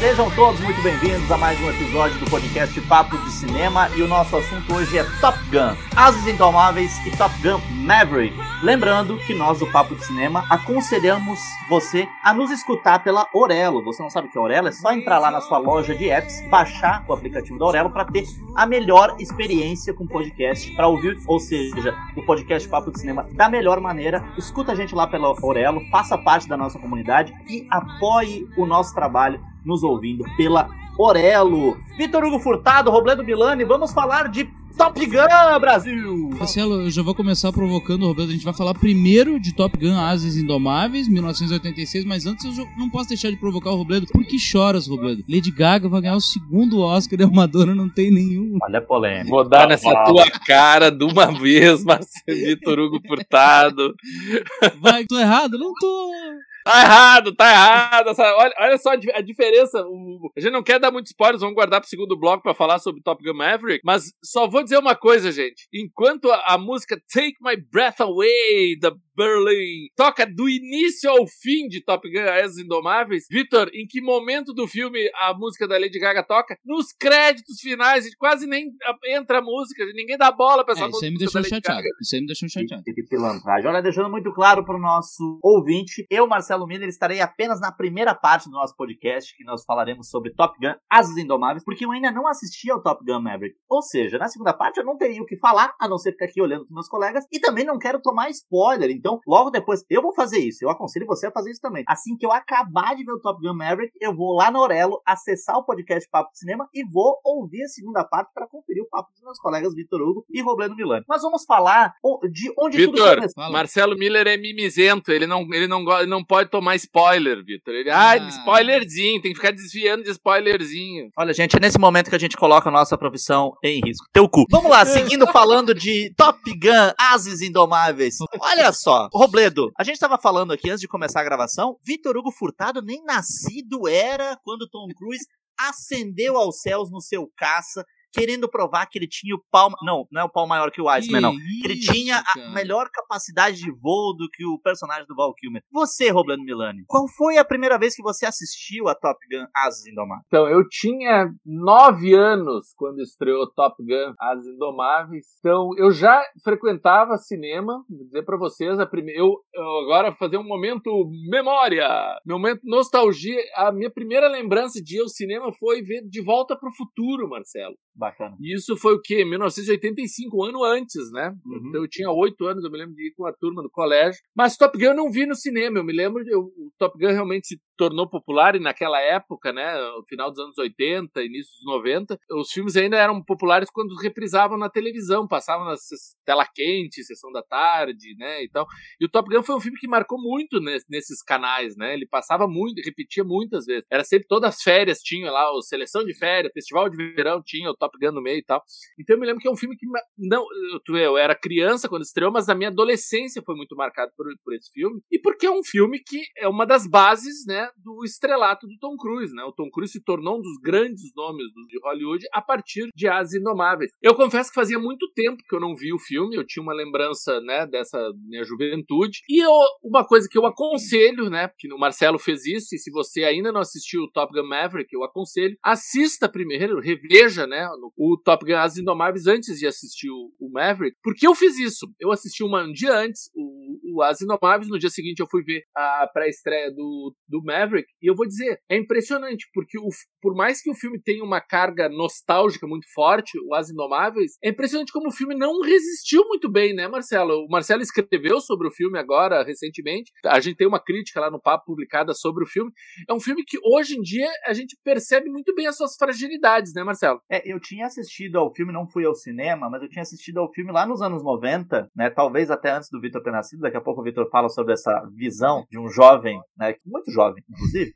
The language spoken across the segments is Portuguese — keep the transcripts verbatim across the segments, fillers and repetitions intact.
Sejam todos muito bem-vindos a mais um episódio do podcast Papo de Cinema, e o nosso assunto hoje é Top Gun, Ases Indomáveis e Top Gun Maverick. Lembrando que nós do Papo de Cinema aconselhamos você a nos escutar pela Orelo. Você não sabe o que é Orelo? É só entrar lá na sua loja de apps, baixar o aplicativo da Orelo para ter a melhor experiência com podcast, para ouvir, ou seja, o podcast Papo de Cinema da melhor maneira. Escuta a gente lá pela Orelo, faça parte da nossa comunidade e apoie o nosso trabalho nos ouvindo pela Orelo. Vitor Hugo Furtado, Robledo Milani, vamos falar de Top Gun, Brasil! Marcelo, eu já vou começar provocando o Robledo. A gente vai falar primeiro de Top Gun, Ases Indomáveis, mil novecentos e oitenta e seis, mas antes eu não posso deixar de provocar o Robledo. Por que choras, Robledo? Lady Gaga vai ganhar o segundo Oscar e a Madonna não tem nenhum. Olha a polêmica. Vou dar nessa tua cara de uma vez, Marcelo Vitor Hugo Furtado. Vai, tô errado? Não tô... Tá errado, tá errado. Olha, olha só a diferença. O, a gente não quer dar muitos spoilers, vamos guardar pro segundo bloco pra falar sobre Top Gun Maverick. Mas só vou dizer uma coisa, gente. Enquanto a, a música Take My Breath Away, da Berlin, toca do início ao fim de Top Gun, Ases Indomáveis, Vitor, em que momento do filme a música da Lady Gaga toca? Nos créditos finais, a gente quase nem entra a música, ninguém dá bola pra essa é, música. Isso aí me deixou chateado. Gaga. Isso aí me deixou chateado. E, e pilantragem. Olha, deixando muito claro pro nosso ouvinte, eu, Marcelo Miller, estarei apenas na primeira parte do nosso podcast, que nós falaremos sobre Top Gun, Ases Indomáveis, porque eu ainda não assisti ao Top Gun Maverick. Ou seja, na segunda parte eu não teria o que falar, a não ser ficar aqui olhando pros meus colegas, e também não quero tomar spoiler. Então, logo depois, eu vou fazer isso. Eu aconselho você a fazer isso também. Assim que eu acabar de ver o Top Gun Maverick, eu vou lá na Orelo, acessar o podcast Papo de Cinema e vou ouvir a segunda parte para conferir o papo dos meus colegas Vitor Hugo e Robledo Milani. Mas vamos falar de onde Vitor, tudo começou. Marcelo Miller é mimizento, ele não, ele não, ele não pode tomar spoiler, Vitor. Ele, ah, ah, spoilerzinho, tem que ficar desviando de spoilerzinho. Olha, gente, é nesse momento que a gente coloca a nossa profissão em risco. Teu cu. Vamos lá, seguindo falando de Top Gun, Ases Indomáveis. Olha só, Robledo, a gente tava falando aqui antes de começar a gravação, Vitor Hugo Furtado nem nascido era quando Tom Cruise ascendeu aos céus no seu caça, querendo provar que ele tinha o pau... Não, não é o pau maior que o Iceman, não. Que ele tinha a melhor capacidade de voo do que o personagem do Val Kilmer. Você, Robledo Milani, qual foi a primeira vez que você assistiu a Top Gun, Ases Indomáveis? Então, eu tinha nove anos quando estreou Top Gun, Ases Indomáveis. Então, eu já frequentava cinema. Vou dizer pra vocês, a prime... eu, eu agora vou fazer um momento memória, momento nostalgia. A minha primeira lembrança de ir ao cinema foi ver De Volta pro Futuro, Marcelo. Bacana. E isso foi o quê? mil novecentos e oitenta e cinco, um ano antes, né? Uhum. Então eu tinha oito anos, eu me lembro de ir com a turma do colégio. Mas Top Gun eu não vi no cinema, eu me lembro, eu, o Top Gun realmente se tornou popular e naquela época, né, no final dos anos oitenta, início dos noventa, os filmes ainda eram populares quando reprisavam na televisão, passavam na tela quente, sessão da tarde, né, e tal. E o Top Gun foi um filme que marcou muito nesses canais, né? Ele passava muito, repetia muitas vezes. Era sempre todas as férias, tinha lá o Seleção de Férias, Festival de Verão, tinha o Top Gun no meio e tal. Então eu me lembro que é um filme que não, eu, eu era criança quando estreou, mas na minha adolescência foi muito marcado por, por esse filme, e porque é um filme que é uma das bases, né, do estrelato do Tom Cruise, né? O Tom Cruise se tornou um dos grandes nomes de Hollywood a partir de Ases Indomáveis. Eu confesso que fazia muito tempo que eu não vi o filme, eu tinha uma lembrança, né, dessa minha juventude, e eu, uma coisa que eu aconselho, né, porque o Marcelo fez isso, e se você ainda não assistiu o Top Gun Maverick, eu aconselho, assista primeiro, reveja, né, o Top Gun Ases Indomáveis antes de assistir o, o Maverick, porque eu fiz isso. Eu assisti uma, um dia antes o, o Ases Indomáveis, no dia seguinte eu fui ver a pré-estreia do, do Maverick, e eu vou dizer, é impressionante, porque o, por mais que o filme tenha uma carga nostálgica muito forte, o Ases Indomáveis, é impressionante como o filme não resistiu muito bem, né, Marcelo? O Marcelo escreveu sobre o filme agora, recentemente, a gente tem uma crítica lá no Papo publicada sobre o filme. É um filme que hoje em dia a gente percebe muito bem as suas fragilidades, né, Marcelo? É, eu tinha assistido ao filme, não fui ao cinema, mas eu tinha assistido ao filme lá nos anos noventa, né, talvez até antes do Vitor ter nascido, daqui a pouco o Vitor fala sobre essa visão de um jovem, né, muito jovem, inclusive,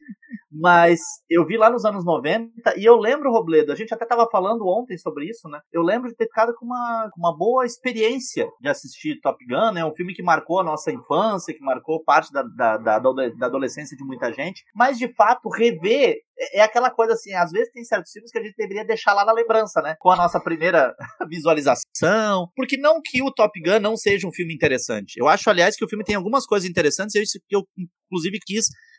mas eu vi lá nos anos noventa, e eu lembro, Robledo, a gente até estava falando ontem sobre isso, né, eu lembro de ter ficado com uma, com uma boa experiência de assistir Top Gun, né, um filme que marcou a nossa infância, que marcou parte da, da, da, da adolescência de muita gente, mas de fato, rever é aquela coisa assim, às vezes tem certos filmes que a gente deveria deixar lá na lembrança, né? Com a nossa primeira visualização. Porque não que o Top Gun não seja um filme interessante. Eu acho, aliás, que o filme tem algumas coisas interessantes. Eu, eu inclusive, quis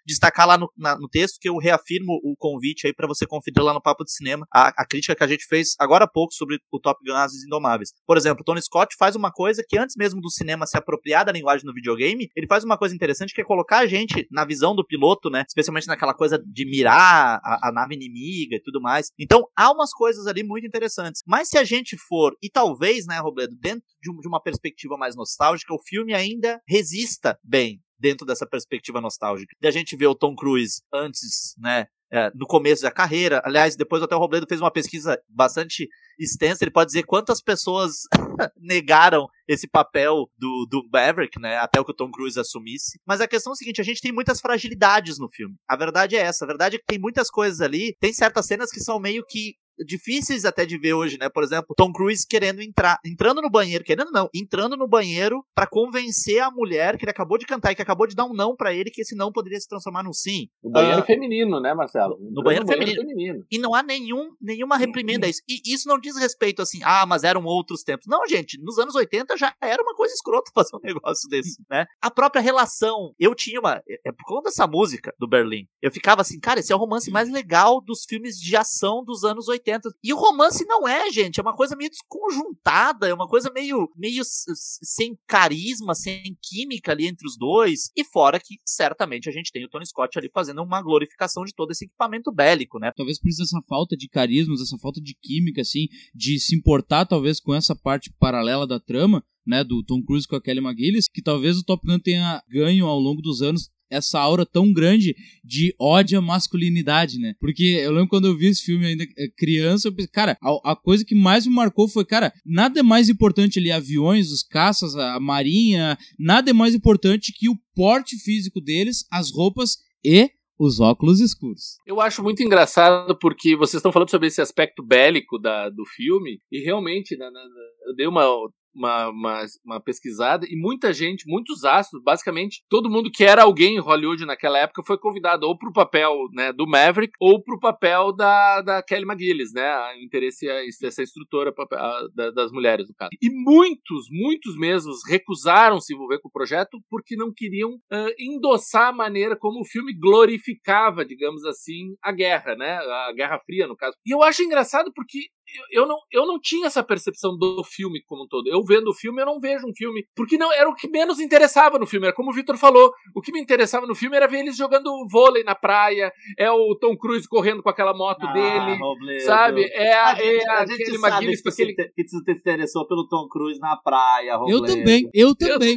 destacar lá no, na, no texto, que eu reafirmo o convite aí pra você conferir lá no Papo de Cinema, a, a crítica que a gente fez agora há pouco sobre o Top Gun Asas Indomáveis. Por exemplo, o Tony Scott faz uma coisa que antes mesmo do cinema se apropriar da linguagem do videogame, ele faz uma coisa interessante que é colocar a gente na visão do piloto, né? Especialmente naquela coisa de mirar a, a nave inimiga e tudo mais. Então, há umas coisas ali muito interessantes. Mas se a gente for, e talvez, né, Robledo, dentro de, um, de uma perspectiva mais nostálgica, o filme ainda resista bem dentro dessa perspectiva nostálgica. E a gente vê o Tom Cruise antes, né, é, no começo da carreira. Aliás, depois até o Robledo fez uma pesquisa bastante extensa, ele pode dizer quantas pessoas negaram esse papel do, do Maverick, né, até que o Tom Cruise assumisse. Mas a questão é a seguinte, a gente tem muitas fragilidades no filme. A verdade é essa, a verdade é que tem muitas coisas ali, tem certas cenas que são meio que difíceis até de ver hoje, né? Por exemplo, Tom Cruise querendo entrar, entrando no banheiro, querendo não, entrando no banheiro pra convencer a mulher que ele acabou de cantar e que acabou de dar um não pra ele, que esse não poderia se transformar num sim. No banheiro uh, feminino, né, Marcelo? No, no banheiro, banheiro feminino. feminino. E não há nenhum, nenhuma reprimenda a isso. E isso não diz respeito assim, ah, mas eram outros tempos. Não, gente, nos anos oitenta já era uma coisa escrota fazer um negócio desse, né? A própria relação, eu tinha uma, é por conta dessa música do Berlim, eu ficava assim, cara, esse é o romance mais legal dos filmes de ação dos anos oitenta. E o romance não é, gente, é uma coisa meio desconjuntada, é uma coisa meio, meio sem carisma, sem química ali entre os dois, e fora que certamente a gente tem o Tony Scott ali fazendo uma glorificação de todo esse equipamento bélico, né? Talvez por isso essa falta de carisma, essa falta de química, assim, de se importar talvez com essa parte paralela da trama, né, do Tom Cruise com a Kelly McGillis, que talvez o Top Gun tenha ganho ao longo dos anos essa aura tão grande de ódio à masculinidade, né? Porque eu lembro quando eu vi esse filme ainda criança, eu pensei, cara, a, a coisa que mais me marcou foi, cara, nada é mais importante ali, aviões, os caças, a marinha, nada é mais importante que o porte físico deles, as roupas e os óculos escuros. Eu acho muito engraçado porque vocês estão falando sobre esse aspecto bélico da, do filme, e realmente, na, na, eu dei uma... Uma, uma, uma pesquisada, e muita gente, muitos astros, basicamente todo mundo que era alguém em Hollywood naquela época foi convidado ou pro papel, né, do Maverick ou pro papel da, da Kelly McGillis, né, a interesse essa instrutora a, da, das mulheres, no caso. E muitos, muitos mesmos recusaram se envolver com o projeto porque não queriam uh, endossar a maneira como o filme glorificava, digamos assim, a guerra, né, a Guerra Fria, no caso. E eu acho engraçado porque Eu não, eu não tinha essa percepção do filme como um todo. Eu vendo o filme, eu não vejo um filme. Porque não era o que menos interessava no filme. Era como o Vitor falou. O que me interessava no filme era ver eles jogando vôlei na praia. É o Tom Cruise correndo com aquela moto ah, dele. Robledo. Sabe? É a, a gente, é a, a gente sabe que, aquele... te, que você te interessou pelo Tom Cruise na praia, Robledo. Eu também. Eu também.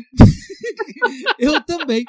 Eu, eu também.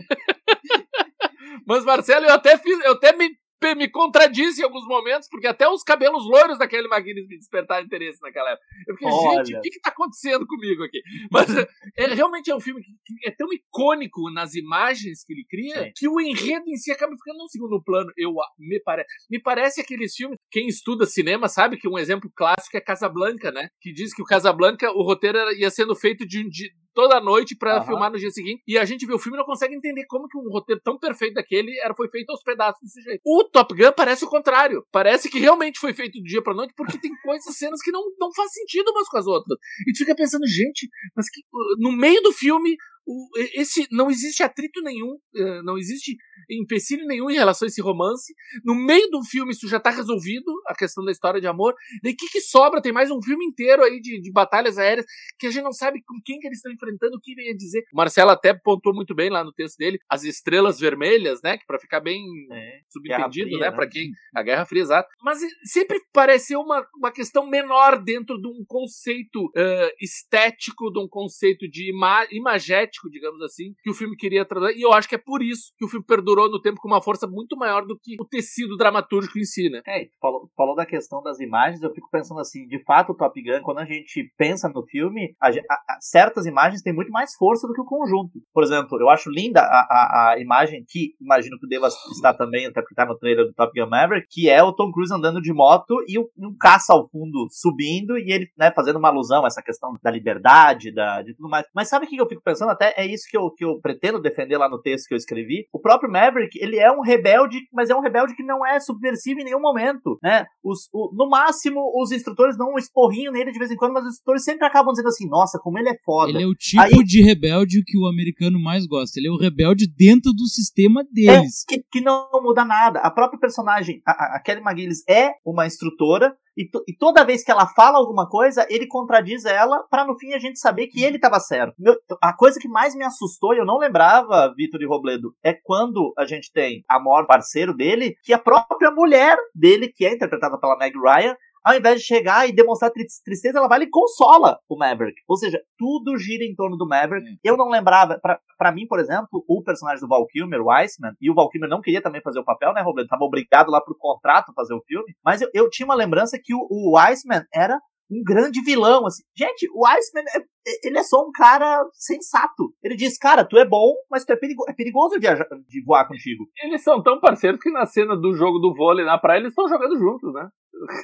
Mas, Marcelo, eu até fiz... Eu até me... me contradisse em alguns momentos, porque até os cabelos loiros da Kelly McGillis me despertaram interesse naquela época. Eu fiquei, Olha. gente, o que que tá acontecendo comigo aqui? Mas é, realmente é um filme que, que é tão icônico nas imagens que ele cria, Sim. que o enredo em si acaba ficando num segundo plano. Eu, me, pare... me parece aqueles filmes, quem estuda cinema sabe que um exemplo clássico é Casablanca, né? Que diz que o Casablanca, o roteiro ia sendo feito de um dia... toda noite pra uhum. filmar no dia seguinte, e a gente vê o filme e não consegue entender como que um roteiro tão perfeito daquele era, foi feito aos pedaços desse jeito. O Top Gun parece o contrário, parece que realmente foi feito do dia pra noite, porque tem coisas, cenas que não, não faz sentido umas com as outras, e tu fica pensando, gente, mas que no meio do filme O, esse, não existe atrito nenhum, não existe empecilho nenhum em relação a esse romance. No meio do filme isso já tá resolvido, a questão da história de amor. Daí o que que sobra? Tem mais um filme inteiro aí de, de batalhas aéreas que a gente não sabe com quem que eles estão enfrentando, o que vem a dizer. O Marcelo até pontuou muito bem lá no texto dele as estrelas vermelhas, né, que pra ficar bem é, subentendido, fria, né, né, pra quem... A Guerra Fria, exato. Mas sempre pareceu uma, uma questão menor dentro de um conceito uh, estético, de um conceito de ima- imagético, digamos assim, que o filme queria trazer, e eu acho que é por isso que o filme perdurou no tempo com uma força muito maior do que o tecido dramatúrgico em si, né? É, falou, falou da questão das imagens, eu fico pensando assim, de fato o Top Gun, quando a gente pensa no filme, a, a, a, certas imagens têm muito mais força do que o conjunto. Por exemplo, eu acho linda a, a, a imagem que, imagino que deva estar também, até porque está no trailer do Top Gun Maverick, que é o Tom Cruise andando de moto e um, um caça ao fundo subindo, e ele, né, fazendo uma alusão a essa questão da liberdade, da, de tudo mais. Mas sabe o que eu fico pensando? Até até é isso que eu, que eu pretendo defender lá no texto que eu escrevi. O próprio Maverick, ele é um rebelde, mas é um rebelde que não é subversivo em nenhum momento, né? Os, o, no máximo, os instrutores dão um esporrinho nele de vez em quando, mas os instrutores sempre acabam dizendo assim, nossa, como ele é foda. Ele é o tipo Aí, de rebelde que o americano mais gosta. Ele é o rebelde dentro do sistema deles. É, que, que não muda nada. A própria personagem, a, a Kelly McGillis, é uma instrutora, e, to, e toda vez que ela fala alguma coisa, ele contradiz ela, pra no fim a gente saber que ele tava certo. Meu, a coisa que mais me assustou, e eu não lembrava, Vitor e Robledo, é quando a gente tem a maior parceiro dele, que a própria mulher dele, que é interpretada pela Meg Ryan, ao invés de chegar e demonstrar tristeza, ela vai e consola o Maverick. Ou seja, tudo gira em torno do Maverick. Hum. Eu não lembrava, pra, pra mim, por exemplo, o personagem do Val Kilmer, o Iceman, e o Val Kilmer não queria também fazer o papel, né, Robledo? Tava obrigado lá pro contrato a fazer o filme. Mas eu, eu tinha uma lembrança que o, o Iceman era um grande vilão, assim. Gente, o Iceman, é, ele é só um cara sensato. Ele diz, cara, tu é bom, mas tu é, perigo, é perigoso viajar, de voar contigo. Eles são tão parceiros que na cena do jogo do vôlei na praia, eles estão jogando juntos, né?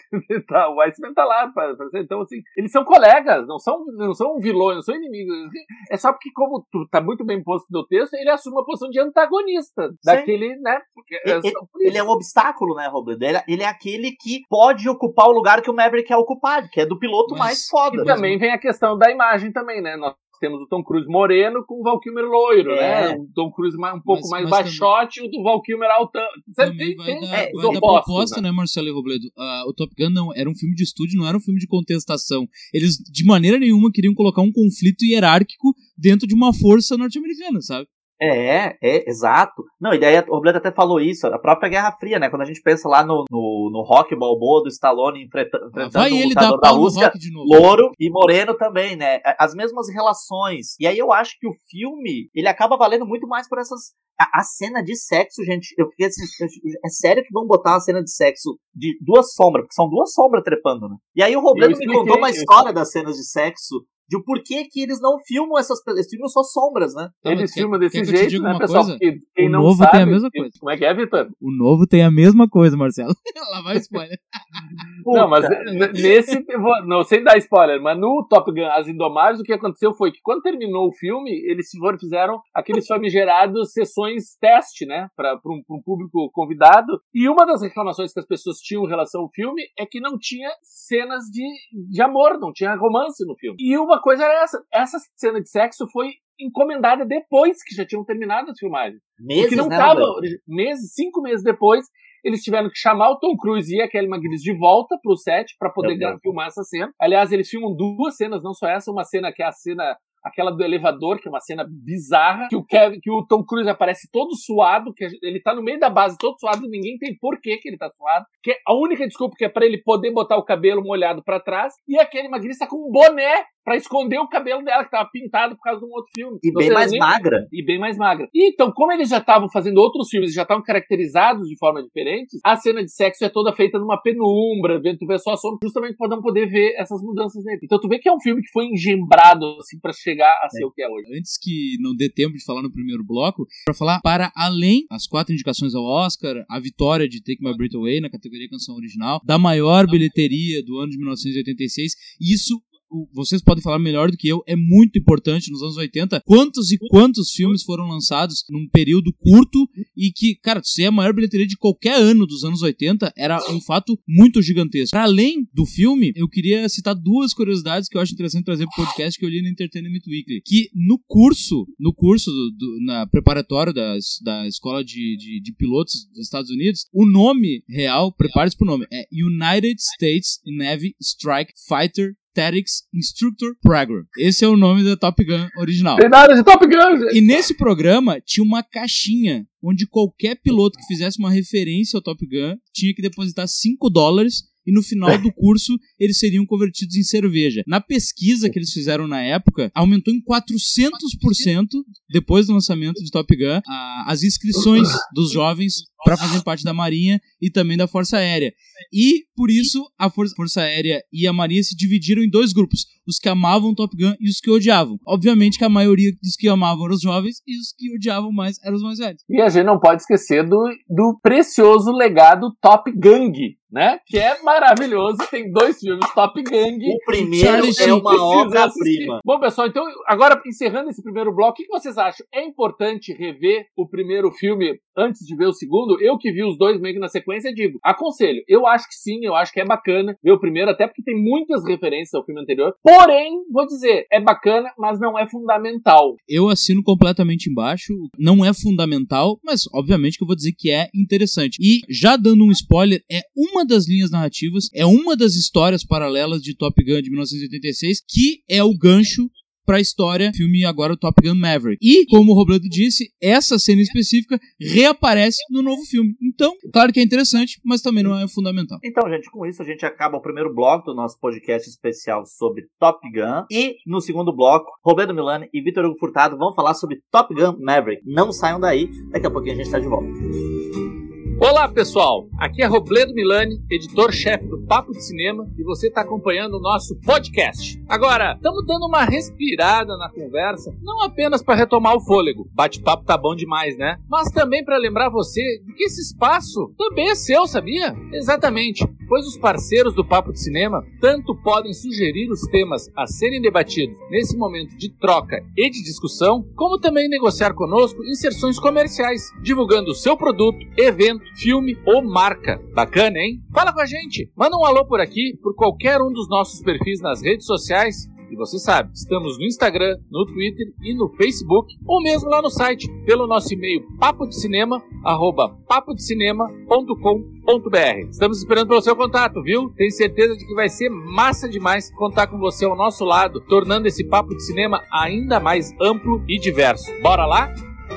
Tá, o Iceman tá lá, pra, pra, então assim, eles são colegas, não são, não são vilões, não são inimigos. É só porque, como tu tá muito bem posto no texto, ele assume uma posição de antagonista. Sim. Daquele, né? Ele é, ele é um obstáculo, né, Robledo? Ele, ele é aquele que pode ocupar o lugar que o Maverick quer ocupar, que é do piloto Mas, mais foda. E também vem a questão da imagem também, né? Nós temos o Tom Cruise moreno com o Val Kilmer loiro, é. né? O Tom Cruise mais, um pouco mas, mais mas baixote e o do Val Kilmer altão. Você tem, vai tem dar, é, vai dar proposta, né, Marcelo e Robledo? Uh, o Top Gun não era um filme de estúdio, não era um filme de contestação. Eles, de maneira nenhuma, queriam colocar um conflito hierárquico dentro de uma força norte-americana, sabe? É, é, exato. Não, e daí o Robledo até falou isso, a própria Guerra Fria, né? Quando a gente pensa lá no, no, no Rock Balboa do Stallone enfrentando ah, o lutador da Rússia, louro e moreno também, né? As mesmas relações. E aí eu acho que o filme, ele acaba valendo muito mais por essas... A, a cena de sexo, gente, eu fiquei assim, é sério que vão botar uma cena de sexo de duas sombras, porque são duas sombras trepando, né? E aí o Robledo me contou uma história das cenas de sexo, de o porquê que eles não filmam essas... Eles filmam só sombras, né? Eles quer, filmam desse quer jeito, né, pessoal? Coisa? Porque quem o não novo sabe, tem a mesma coisa. Como é que é, Vitor? O novo tem a mesma coisa, Marcelo. Lá vai spoiler. Não, mas nesse... Não, sem dar spoiler, mas no Top Gun As Indomáveis, o que aconteceu foi que quando terminou o filme, eles fizeram aqueles famigerados sessões teste, né? Para um, um público convidado. E uma das reclamações que as pessoas tinham em relação ao filme é que não tinha cenas de, de amor, não tinha romance no filme. E uma coisa era essa. Essa cena de sexo foi encomendada depois que já tinham terminado as filmagens. Meses, Porque não né, tava, meses, cinco meses depois, eles tiveram que chamar o Tom Cruise e a Kelly McGillis de volta pro set pra poder é, filmar essa cena. Aliás, eles filmam duas cenas, não só essa, uma cena que é a cena... aquela do elevador, que é uma cena bizarra, que o, Kevin, que o Tom Cruise aparece todo suado, que ele tá no meio da base todo suado, e ninguém tem porquê que ele tá suado, que a única desculpa que é pra ele poder botar o cabelo molhado pra trás, e a Kelly McGillis tá com um boné pra esconder o cabelo dela, que tava pintado por causa de um outro filme. E então, bem mais nem... magra. E bem mais magra. E então, como eles já estavam fazendo outros filmes, já estavam caracterizados de forma diferente, a cena de sexo é toda feita numa penumbra, vendo tu vê só a sombra, justamente pra não poder ver essas mudanças nele. Então tu vê que é um filme que foi engembrado, assim, pra chegar a ser é. o que é hoje. Antes que não dê tempo de falar no primeiro bloco, pra falar para além as quatro indicações ao Oscar, a vitória de Take My Breath Away na categoria canção original, da maior bilheteria do ano de mil novecentos e oitenta e seis, isso... vocês podem falar melhor do que eu, é muito importante nos anos oitenta, quantos e quantos filmes foram lançados num período curto e que, cara, ser a maior bilheteria de qualquer ano dos anos oitenta era um fato muito gigantesco. Para além do filme, eu queria citar duas curiosidades que eu acho interessante trazer pro podcast que eu li no Entertainment Weekly, que no curso, no curso do, do, na preparatória das, da escola de, de, de pilotos dos Estados Unidos, o nome real, prepare-se pro nome, é United States Navy Strike Fighter Tactics Instructor Program. Esse é o nome da Top Gun original. Tem nada de Top Gun, gente. E nesse programa tinha uma caixinha onde qualquer piloto que fizesse uma referência ao Top Gun tinha que depositar cinco dólares e no final do curso eles seriam convertidos em cerveja. Na pesquisa que eles fizeram na época, aumentou em quatrocentos por cento depois do lançamento de Top Gun, a, as inscrições dos jovens para fazerem parte da Marinha e também da Força Aérea. E, por isso, a Força, Força Aérea e a Marinha se dividiram em dois grupos, os que amavam Top Gun e os que odiavam. Obviamente que a maioria dos que amavam eram os jovens e os que odiavam mais eram os mais velhos. E a gente não pode esquecer do, do precioso legado Top Gang, né? Que é maravilhoso, tem dois filmes, Top Gang. O primeiro é uma obra-prima. Bom, pessoal, então, agora encerrando esse primeiro bloco, o que vocês acham? É importante rever o primeiro filme antes de ver o segundo? Eu que vi os dois meio que na sequência, digo, aconselho. Eu acho que sim, eu acho que é bacana ver o primeiro, até porque tem muitas referências ao filme anterior. Porém, vou dizer, é bacana, mas não é fundamental. Eu assino completamente embaixo, não é fundamental, mas obviamente que eu vou dizer que é interessante. E, já dando um spoiler, é uma das linhas narrativas, é uma das histórias paralelas de Top Gun de mil novecentos e oitenta e seis, que é o gancho pra história, filme agora o Top Gun Maverick. E, como o Robledo disse, essa cena específica reaparece no novo filme. Então, claro que é interessante, mas também não é fundamental. Então, gente, com isso a gente acaba o primeiro bloco do nosso podcast especial sobre Top Gun. E, no segundo bloco, Robledo Milani e Vitor Hugo Furtado vão falar sobre Top Gun Maverick. Não saiam daí, daqui a pouquinho a gente tá de volta. Olá, pessoal! Aqui é Robledo Milani, editor-chefe do Papo de Cinema, e você está acompanhando o nosso podcast. Agora, estamos dando uma respirada na conversa, não apenas para retomar o fôlego, bate-papo tá bom demais, né? Mas também para lembrar você de que esse espaço também é seu, sabia? Exatamente, pois os parceiros do Papo de Cinema tanto podem sugerir os temas a serem debatidos nesse momento de troca e de discussão, como também negociar conosco inserções comerciais, divulgando o seu produto, evento, filme ou marca. Bacana, hein? Fala com a gente. Manda um alô por aqui, por qualquer um dos nossos perfis nas redes sociais. E você sabe, estamos no Instagram, no Twitter e no Facebook, ou mesmo lá no site, pelo nosso e-mail papodecinema, arroba papodecinema ponto com ponto br. Estamos esperando pelo seu contato, viu? Tenho certeza de que vai ser massa demais contar com você ao nosso lado, tornando esse Papo de Cinema ainda mais amplo e diverso. Bora lá?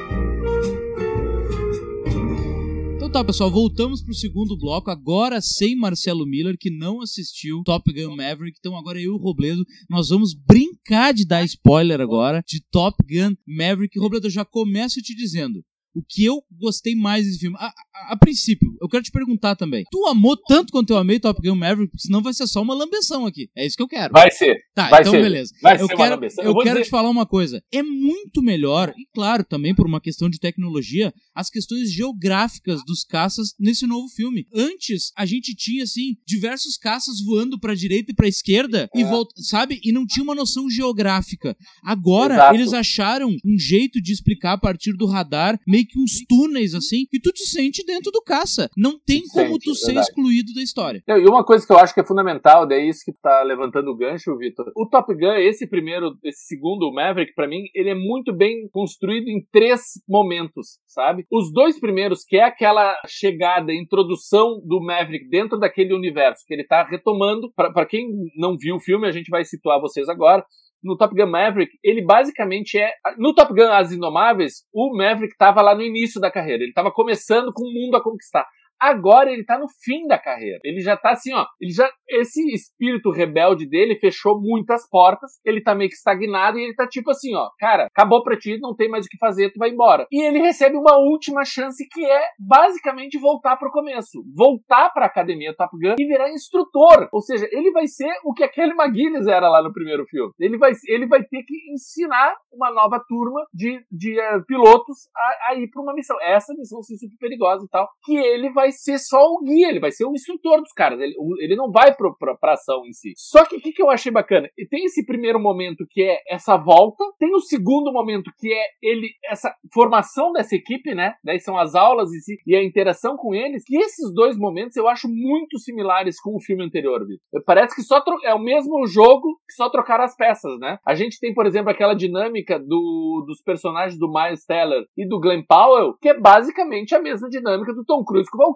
Tá, pessoal, voltamos pro segundo bloco, agora sem Marcelo Miller, que não assistiu Top Gun Maverick. Então agora eu e o Robledo, nós vamos brincar de dar spoiler agora de Top Gun Maverick. Robledo, eu já começo te dizendo o que eu gostei mais desse filme. A, a, a princípio, eu quero te perguntar também. Tu amou tanto quanto eu amei Top Gun Maverick? Senão vai ser só uma lambeção aqui. É isso que eu quero. Vai ser. Tá, vai então ser. beleza. Vai eu ser quero, uma lambeção. Eu, eu quero dizer... te falar uma coisa. É muito melhor, e claro, também por uma questão de tecnologia, as questões geográficas dos caças nesse novo filme. Antes, a gente tinha, assim, diversos caças voando pra direita e pra esquerda, é. e volta, sabe? E não tinha uma noção geográfica. Agora, Exato. Eles acharam um jeito de explicar a partir do radar, meio que uns túneis assim, e tu te sente dentro do caça. Não tem como sente, tu ser verdade. excluído da história. E uma coisa que eu acho que é fundamental, daí isso que tu tá levantando o gancho, Vitor. O Top Gun, esse primeiro, esse segundo, o Maverick, pra mim, ele é muito bem construído em três momentos, sabe? Os dois primeiros, que é aquela chegada, introdução do Maverick dentro daquele universo, que ele tá retomando. Pra, pra quem não viu o filme, a gente vai situar vocês agora. No Top Gun Maverick, ele basicamente é... No Top Gun Asas Indomáveis, o Maverick estava lá no início da carreira. Ele estava começando com o mundo a conquistar. Agora ele tá no fim da carreira. Ele já tá assim, ó. Ele já, esse espírito rebelde dele fechou muitas portas. Ele tá meio que estagnado e ele tá tipo assim, ó. Cara, acabou pra ti, não tem mais o que fazer, tu vai embora. E ele recebe uma última chance que é basicamente voltar pro começo. Voltar pra academia Top Gun e virar instrutor. Ou seja, ele vai ser o que aquele McGuinness era lá no primeiro filme. Ele vai, ele vai ter que ensinar uma nova turma de, de uh, pilotos a, a ir pra uma missão. Essa missão assim, super perigosa e tal. Que ele vai ser só o guia, ele vai ser o instrutor dos caras, ele, ele não vai pro, pro, pra ação em si. Só que o que, que eu achei bacana? E tem esse primeiro momento que é essa volta, tem o segundo momento que é ele, essa formação dessa equipe, né? Daí são as aulas e, e a interação com eles, que esses dois momentos eu acho muito similares com o filme anterior, Vitor. Parece que só tro- é o mesmo jogo, que só trocaram as peças, né? A gente tem, por exemplo, aquela dinâmica do, dos personagens do Miles Teller e do Glenn Powell, que é basicamente a mesma dinâmica do Tom Cruise com o Val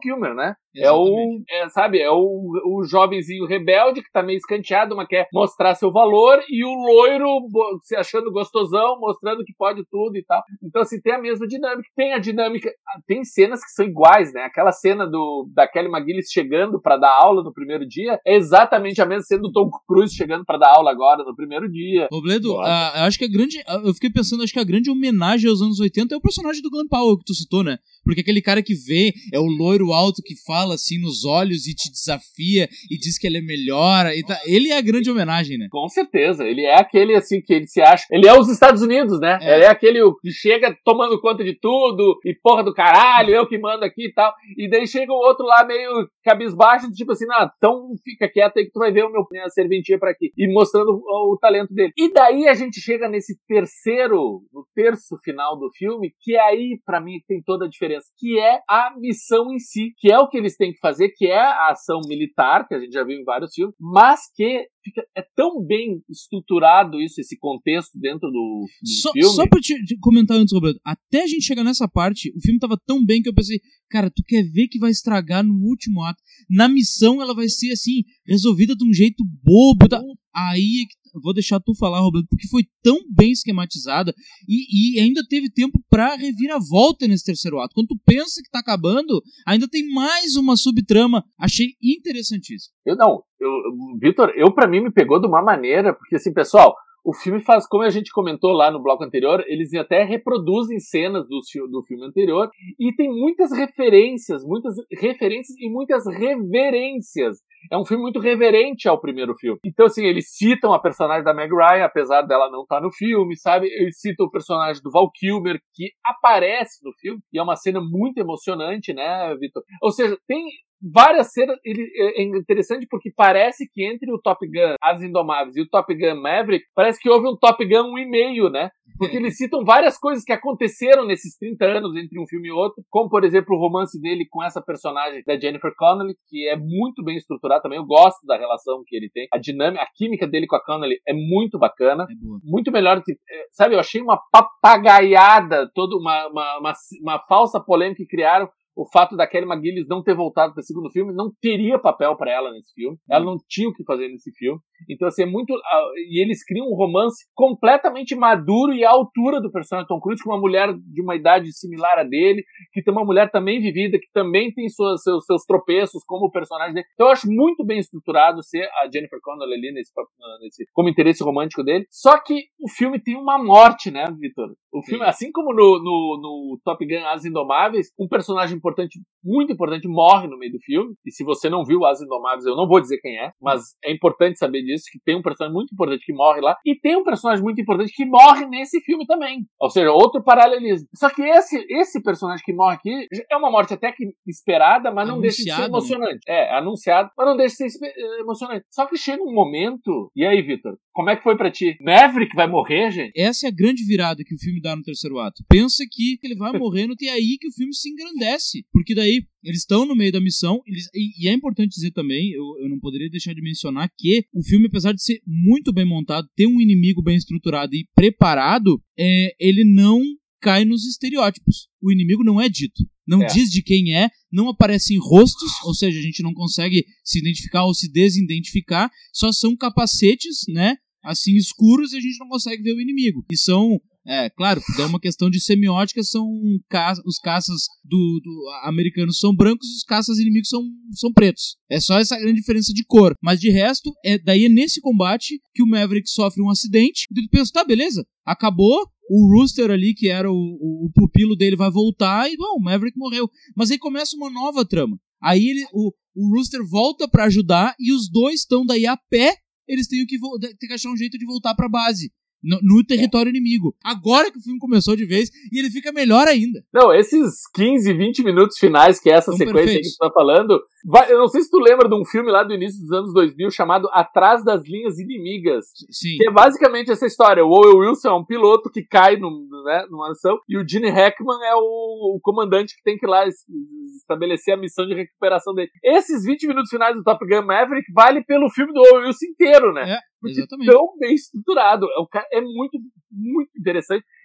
Kilmer, né? É o, é, sabe, é o, o jovenzinho rebelde que tá meio escanteado, mas quer mostrar seu valor, e o loiro se achando gostosão, mostrando que pode tudo e tal. Então, assim, tem a mesma dinâmica. Tem a dinâmica, tem cenas que são iguais, né? Aquela cena do, da Kelly McGillis chegando pra dar aula no primeiro dia é exatamente a mesma cena do Tom Cruise chegando pra dar aula agora no primeiro dia. Robledo, a, acho que a grande, eu fiquei pensando, acho que a grande homenagem aos anos oitenta é o personagem do Glenn Powell que tu citou, né? Porque aquele cara que vê, é o loiro alto que fala assim nos olhos e te desafia e diz que ele é melhor. E tá, ele é a grande homenagem, né? Com certeza. Ele é aquele assim que ele se acha. Ele é os Estados Unidos, né? É. Ele é aquele que chega tomando conta de tudo e porra do caralho, eu que mando aqui e tal. E daí chega o outro lá meio cabisbaixo, tipo assim, não, então fica quieto aí que tu vai ver o meu minha serventia pra aqui. E mostrando o, o talento dele. E daí a gente chega nesse terceiro, no terço final do filme, que aí pra mim tem toda a diferença. Que é a missão em si, que é o que eles têm que fazer, que é a ação militar, que a gente já viu em vários filmes, mas que fica, é tão bem estruturado isso, esse contexto dentro do, do só, filme. Só pra te, te comentar antes, Roberto, até a gente chegar nessa parte, o filme tava tão bem que eu pensei, cara, tu quer ver que vai estragar no último ato? Na missão ela vai ser assim, resolvida de um jeito bobo, tá? Aí é que vou deixar tu falar, Roberto, porque foi tão bem esquematizada e, e ainda teve tempo pra reviravolta nesse terceiro ato. Quando tu pensa que tá acabando, ainda tem mais uma subtrama. Achei interessantíssimo. Eu não, eu, Vitor, eu pra mim me pegou de uma maneira, porque assim, pessoal, o filme faz, como a gente comentou lá no bloco anterior, eles até reproduzem cenas do, do filme anterior e tem muitas referências, muitas referências e muitas reverências. É um filme muito reverente ao primeiro filme. Então, assim, eles citam a personagem da Meg Ryan, apesar dela não estar no filme, sabe? Eles citam o personagem do Val Kilmer, que aparece no filme, e é uma cena muito emocionante, né, Vitor? Ou seja, tem várias cenas, ele, é interessante porque parece que entre o Top Gun As Indomáveis e o Top Gun Maverick, parece que houve um Top Gun um e meio, né? Porque eles citam várias coisas que aconteceram nesses trinta anos entre um filme e outro, como, por exemplo, o romance dele com essa personagem da Jennifer Connelly, que é muito bem estruturado também. Eu gosto da relação que ele tem. A dinâmica, a química dele com a Connelly é muito bacana. É muito melhor que... Sabe, eu achei uma papagaiada, toda uma, uma, uma, uma falsa polêmica que criaram. O fato da Kelly McGillis não ter voltado para o segundo filme, não teria papel para ela nesse filme. Ela não tinha o que fazer nesse filme. Então, assim, é muito... Uh, e eles criam um romance completamente maduro e à altura do personagem Tom Cruise, com uma mulher de uma idade similar a dele, que tem uma mulher também vivida, que também tem suas, seus, seus tropeços como o personagem dele. Então, eu acho muito bem estruturado ser a Jennifer Connelly ali nesse, nesse, como interesse romântico dele. Só que o filme tem uma morte, né, Vitor? O filme, Sim. assim como no, no, no Top Gun As Indomáveis, um personagem importante, muito importante, morre no meio do filme. E se você não viu As Indomáveis, eu não vou dizer quem é, mas é importante saber disso, que tem um personagem muito importante que morre lá, e tem um personagem muito importante que morre nesse filme também. Ou seja, outro paralelismo. Só que esse, esse personagem que morre aqui é uma morte até que esperada, mas não anunciado, deixa de ser emocionante. Né? É, anunciado, mas não deixa de ser emocionante. Só que chega um momento... E aí, Vitor? Como é que foi pra ti? Maverick vai morrer, gente? Essa é a grande virada que o filme dá no terceiro ato. Pensa que ele vai morrendo e é aí que o filme se engrandece. Porque daí eles estão no meio da missão, eles, e, e é importante dizer também, eu, eu não poderia deixar de mencionar que o filme, apesar de ser muito bem montado, ter um inimigo bem estruturado e preparado, é, ele não cai nos estereótipos. O inimigo não é dito. Não é. diz de quem é, não aparecem rostos, ou seja, a gente não consegue se identificar ou se desidentificar, só são capacetes, né, assim, escuros, e a gente não consegue ver o inimigo. E são... É, claro, é uma questão de semiótica, são ca- os caças do, do americanos são brancos, os caças inimigos são, são pretos. É só essa grande diferença de cor. Mas de resto, é daí é nesse combate que o Maverick sofre um acidente, e tu pensa, tá, beleza, acabou, o Rooster ali, que era o, o, o pupilo dele, vai voltar, e bom, o Maverick morreu. Mas aí começa uma nova trama. Aí ele, o, o Rooster volta pra ajudar, e os dois estão daí a pé, eles têm que, vo- têm que achar um jeito de voltar pra base. No, no território é. inimigo. Agora que o filme começou de vez, e ele fica melhor ainda. Não, esses quinze, vinte minutos finais, que é essa São sequência aí que tu tá falando, vai, eu não sei se tu lembra de um filme lá do início dos anos dois mil chamado Atrás das Linhas Inimigas. Sim. Que é basicamente essa história. O Owen Wilson é um piloto que cai num, né, numa ação, e o Gene Hackman é o, o comandante que tem que ir lá estabelecer a missão de recuperação dele. Esses vinte minutos finais do Top Gun Maverick vale pelo filme do Owen Wilson inteiro, né? É. Porque Exatamente. tão bem estruturado. É, um, é muito, muito interessante.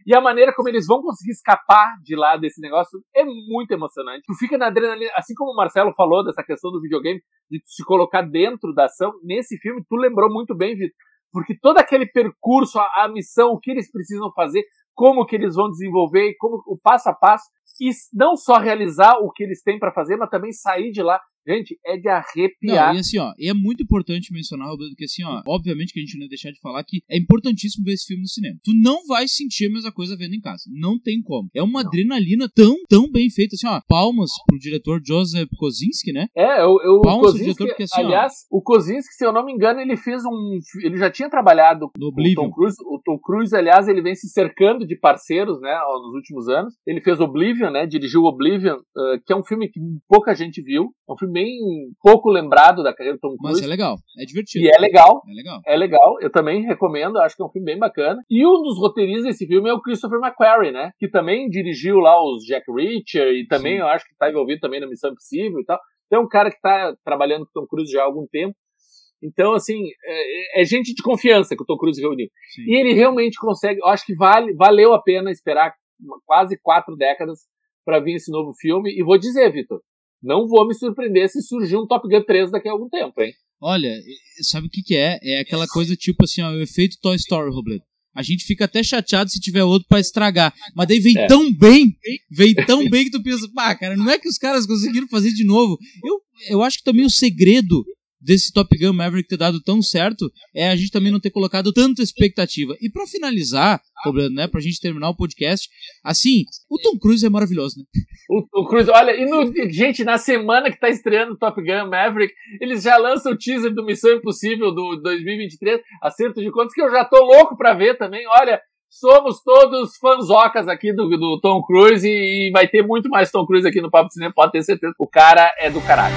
E a maneira como eles vão conseguir escapar de lá desse negócio é muito emocionante. Tu fica na adrenalina, assim como o Marcelo falou dessa questão do videogame, de se colocar dentro da ação. Nesse filme, tu lembrou muito bem, Vitor. Porque todo aquele percurso, a, a missão, o que eles precisam fazer, como que eles vão desenvolver, como o passo a passo, e não só realizar o que eles têm pra fazer, mas também sair de lá. Gente, é de arrepiar. Não, e assim, ó, e é muito importante mencionar, Roberto, que assim, ó, obviamente que a gente não ia deixar de falar que é importantíssimo ver esse filme no cinema. Tu não vai sentir a mesma coisa vendo em casa. Não tem como. É uma não. adrenalina tão, tão bem feita, assim, ó, palmas pro diretor Joseph Kosinski, né? É, eu, eu, palmas o Kosinski, pro diretor, porque assim, aliás, ó, o Kosinski, se eu não me engano, ele fez um, ele já tinha trabalhado no com o Tom Cruise. O Tom Cruise, aliás, ele vem se cercando de parceiros, né, nos últimos anos. Ele fez Oblivion, né, dirigiu Oblivion, uh, que é um filme que pouca gente viu. É um filme bem pouco lembrado da carreira do Tom Cruise. Mas é legal, é divertido. E é legal. É legal. É legal, eu também recomendo, acho que é um filme bem bacana. E um dos roteiristas desse filme é o Christopher McQuarrie, né? Que também dirigiu lá os Jack Reacher e também, Sim. eu acho que tá envolvido também na Missão Impossível e tal. Então é um cara que tá trabalhando com o Tom Cruise já há algum tempo. Então, assim, é, é gente de confiança que o Tom Cruise reuniu. Sim. E ele realmente consegue, eu acho que vale, valeu a pena esperar quase quatro décadas pra vir esse novo filme. E vou dizer, Vitor, não vou me surpreender se surgir um Top Gun três daqui a algum tempo, hein? Olha, sabe o que que é? É aquela coisa tipo assim, ó, o efeito Toy Story, Robledo. A gente fica até chateado se tiver outro pra estragar. Mas daí vem é. tão bem, vem tão bem que tu pensa, pá, cara, não é que os caras conseguiram fazer de novo. Eu, eu acho que também o segredo desse Top Gun Maverick ter dado tão certo é a gente também não ter colocado tanta expectativa. E pra finalizar, Robledo, né, pra gente terminar o podcast, assim, o Tom Cruise é maravilhoso, né? O Tom Cruise, olha, e no, gente, na semana que tá estreando o Top Gun Maverick, eles já lançam o teaser do Missão Impossível do dois mil e vinte e três, acerto de contas, que eu já tô louco pra ver também. Olha, somos todos fanzocas aqui do, do Tom Cruise e, e vai ter muito mais Tom Cruise aqui no Papo de Cinema, pode ter certeza. O cara é do caralho.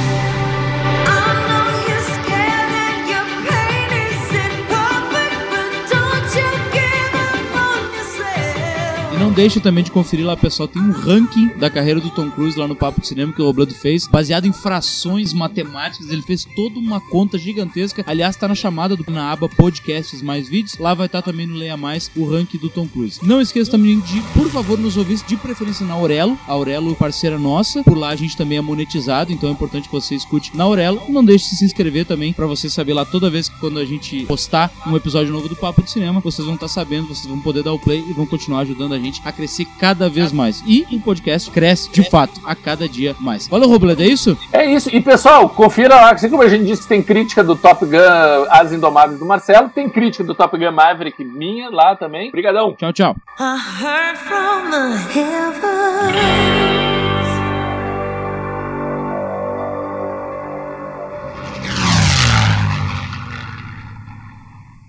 Não deixe também de conferir lá, pessoal. Tem um ranking da carreira do Tom Cruise lá no Papo de Cinema que o Robledo fez, baseado em frações matemáticas. Ele fez toda uma conta gigantesca. Aliás, tá na chamada do, na aba Podcasts mais vídeos. Lá vai estar tá também no Leia Mais o ranking do Tom Cruise. Não esqueça também de, por favor, nos ouvir de preferência na Aurelo. A Aurelo, parceira nossa. Por lá a gente também é monetizado, então é importante que você escute na Aurelo. Não deixe de se inscrever também pra você saber lá toda vez que quando a gente postar um episódio novo do Papo de Cinema, vocês vão estar tá sabendo, vocês vão poder dar o play e vão continuar ajudando a gente a crescer cada vez mais. E o podcast cresce, de fato, a cada dia mais. Valeu, Robledo, é isso? É isso. E, pessoal, confira lá, assim como a gente disse que tem crítica do Top Gun As Indomáveis do Marcelo, tem crítica do Top Gun Maverick minha lá também. Obrigadão. Tchau, tchau. I heard from the heaven.